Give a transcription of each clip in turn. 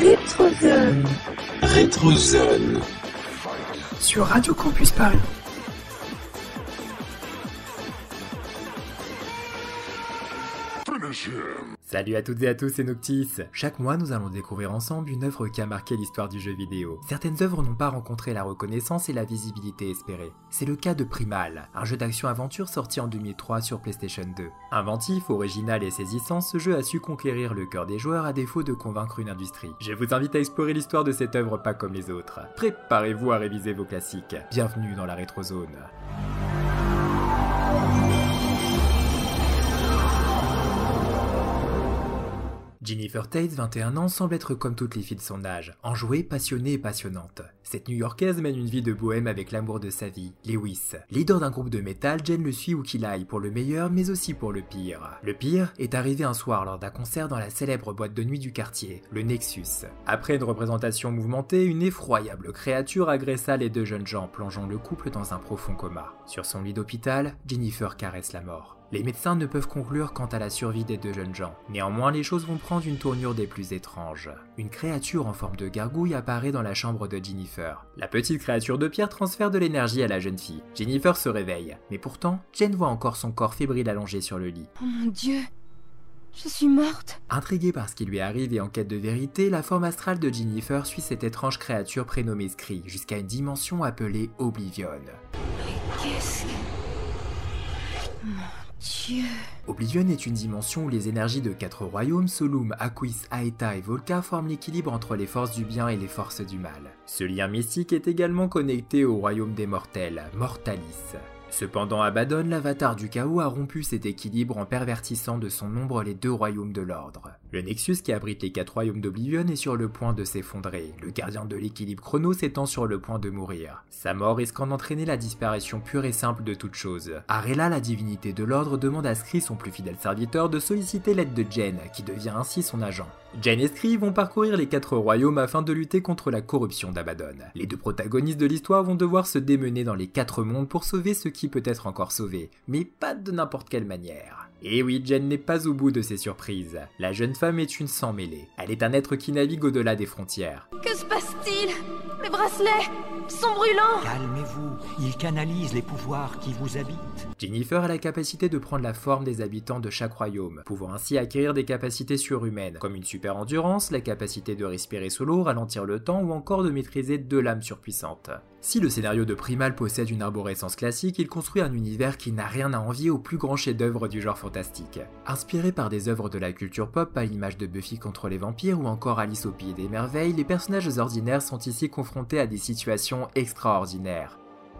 Rétrozone. Rétrozone. Sur Radio Campus Paris. Salut à toutes et à tous, c'est Noctis. Chaque mois, nous allons découvrir ensemble une œuvre qui a marqué l'histoire du jeu vidéo. Certaines œuvres n'ont pas rencontré la reconnaissance et la visibilité espérée. C'est le cas de Primal, un jeu d'action-aventure sorti en 2003 sur PlayStation 2. Inventif, original et saisissant, ce jeu a su conquérir le cœur des joueurs à défaut de convaincre une industrie. Je vous invite à explorer l'histoire de cette œuvre pas comme les autres. Préparez-vous à réviser vos classiques. Bienvenue dans la Rétrozone. Jennifer Tate, 21 ans, semble être comme toutes les filles de son âge, enjouée, passionnée et passionnante. Cette New-Yorkaise mène une vie de bohème avec l'amour de sa vie, Lewis. Leader d'un groupe de métal, Jen le suit où qu'il aille, pour le meilleur mais aussi pour le pire. Le pire est arrivé un soir lors d'un concert dans la célèbre boîte de nuit du quartier, le Nexus. Après une représentation mouvementée, une effroyable créature agressa les deux jeunes gens, plongeant le couple dans un profond coma. Sur son lit d'hôpital, Jennifer caresse la mort. Les médecins ne peuvent conclure quant à la survie des deux jeunes gens. Néanmoins, les choses vont prendre une tournure des plus étranges. Une créature en forme de gargouille apparaît dans la chambre de Jennifer. La petite créature de pierre transfère de l'énergie à la jeune fille. Jennifer se réveille, mais pourtant, Jen voit encore son corps fébrile allongé sur le lit. Oh mon Dieu, je suis morte. Intriguée par ce qui lui arrive et en quête de vérité, la forme astrale de Jennifer suit cette étrange créature prénommée Scree jusqu'à une dimension appelée Oblivion. Mais qu'est-ce que... Dieu. Oblivion est une dimension où les énergies de 4 royaumes, Solum, Aquis, Aeta et Volca, forment l'équilibre entre les forces du bien et les forces du mal. Ce lien mystique est également connecté au royaume des mortels, Mortalis. Cependant, Abaddon, l'avatar du chaos, a rompu cet équilibre en pervertissant de son ombre les deux royaumes de l'ordre. Le Nexus qui abrite les 4 royaumes d'Oblivion est sur le point de s'effondrer, le gardien de l'équilibre Chronos étant sur le point de mourir. Sa mort risquant d'entraîner la disparition pure et simple de toute chose. Arela, la divinité de l'ordre, demande à Scree, son plus fidèle serviteur, de solliciter l'aide de Jen, qui devient ainsi son agent. Jen et Scree vont parcourir les 4 royaumes afin de lutter contre la corruption d'Abaddon. Les deux protagonistes de l'histoire vont devoir se démener dans les 4 mondes pour sauver ce qui peut être encore sauvé, mais pas de n'importe quelle manière. Et oui, Jen n'est pas au bout de ses surprises. La jeune femme est une sans mêlée. Elle est un être qui navigue au-delà des frontières. Que se passe-t-il? Mes bracelets sont brûlants. Calmez-vous, il canalise les pouvoirs qui vous habitent. Jennifer a la capacité de prendre la forme des habitants de chaque royaume, pouvant ainsi acquérir des capacités surhumaines, comme une super endurance, la capacité de respirer sous l'eau, ralentir le temps ou encore de maîtriser 2 lames surpuissantes. Si le scénario de Primal possède une arborescence classique, il construit un univers qui n'a rien à envier aux plus grands chefs-d'œuvre du genre fantastique. Inspiré par des œuvres de la culture pop à l'image de Buffy contre les vampires ou encore Alice au Pays des Merveilles, les personnages ordinaires sont ici confrontés à des situations extraordinaires.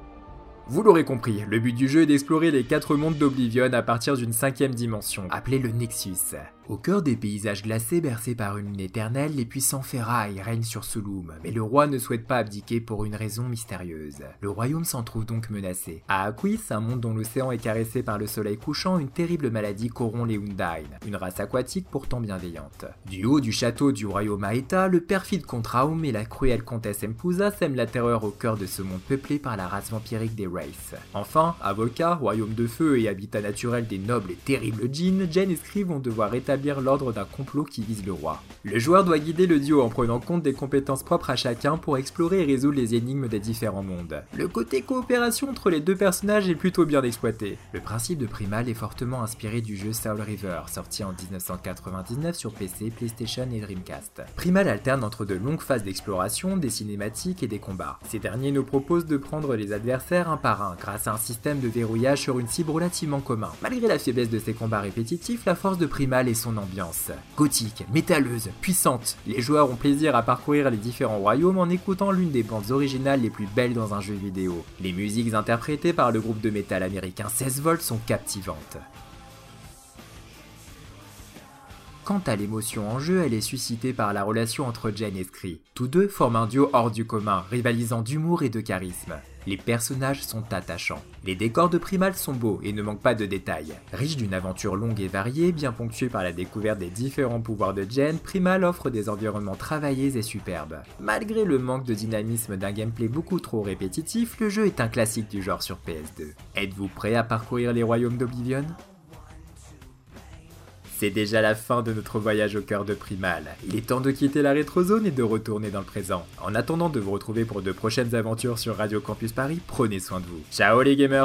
Vous l'aurez compris, le but du jeu est d'explorer les 4 mondes d'Oblivion à partir d'une 5e dimension, appelée le Nexus. Au cœur des paysages glacés bercés par une lune éternelle, les puissants ferrailles règnent sur Solum, mais le roi ne souhaite pas abdiquer pour une raison mystérieuse. Le royaume s'en trouve donc menacé. À Aquis, un monde dont l'océan est caressé par le soleil couchant, une terrible maladie corrompt les Undine, une race aquatique pourtant bienveillante. Du haut du château du royaume Aeta, le perfide comte Raum et la cruelle comtesse Empusa sèment la terreur au cœur de ce monde peuplé par la race vampirique des Wraiths. Enfin, à Volca, royaume de feu et habitat naturel des nobles et terribles djinns, Jen et Scree vont devoir établir l'ordre d'un complot qui vise le roi. Le joueur doit guider le duo en prenant compte des compétences propres à chacun pour explorer et résoudre les énigmes des différents mondes. Le côté coopération entre les deux personnages est plutôt bien exploité. Le principe de Primal est fortement inspiré du jeu Soul River, sorti en 1999 sur PC, PlayStation et Dreamcast. Primal alterne entre de longues phases d'exploration, des cinématiques et des combats. Ces derniers nous proposent de prendre les adversaires un par un, grâce à un système de verrouillage sur une cible relativement commun. Malgré la faiblesse de ces combats répétitifs, la force de Primal est son ambiance. Gothique, métalleuse, puissante, les joueurs ont plaisir à parcourir les différents royaumes en écoutant l'une des bandes originales les plus belles dans un jeu vidéo. Les musiques interprétées par le groupe de métal américain 16 volts sont captivantes. Quant à l'émotion en jeu, elle est suscitée par la relation entre Jen et Scree. Tous deux forment un duo hors du commun, rivalisant d'humour et de charisme. Les personnages sont attachants. Les décors de Primal sont beaux et ne manquent pas de détails. Riche d'une aventure longue et variée, bien ponctuée par la découverte des différents pouvoirs de Jen, Primal offre des environnements travaillés et superbes. Malgré le manque de dynamisme d'un gameplay beaucoup trop répétitif, le jeu est un classique du genre sur PS2. Êtes-vous prêt à parcourir les royaumes d'Oblivion ? C'est déjà la fin de notre voyage au cœur de Primal. Il est temps de quitter la rétrozone et de retourner dans le présent. En attendant de vous retrouver pour de prochaines aventures sur Radio Campus Paris, prenez soin de vous. Ciao les gamers!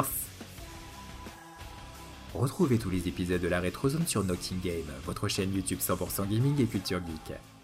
Retrouvez tous les épisodes de la rétrozone sur Nocting Game, votre chaîne YouTube 100% gaming et culture geek.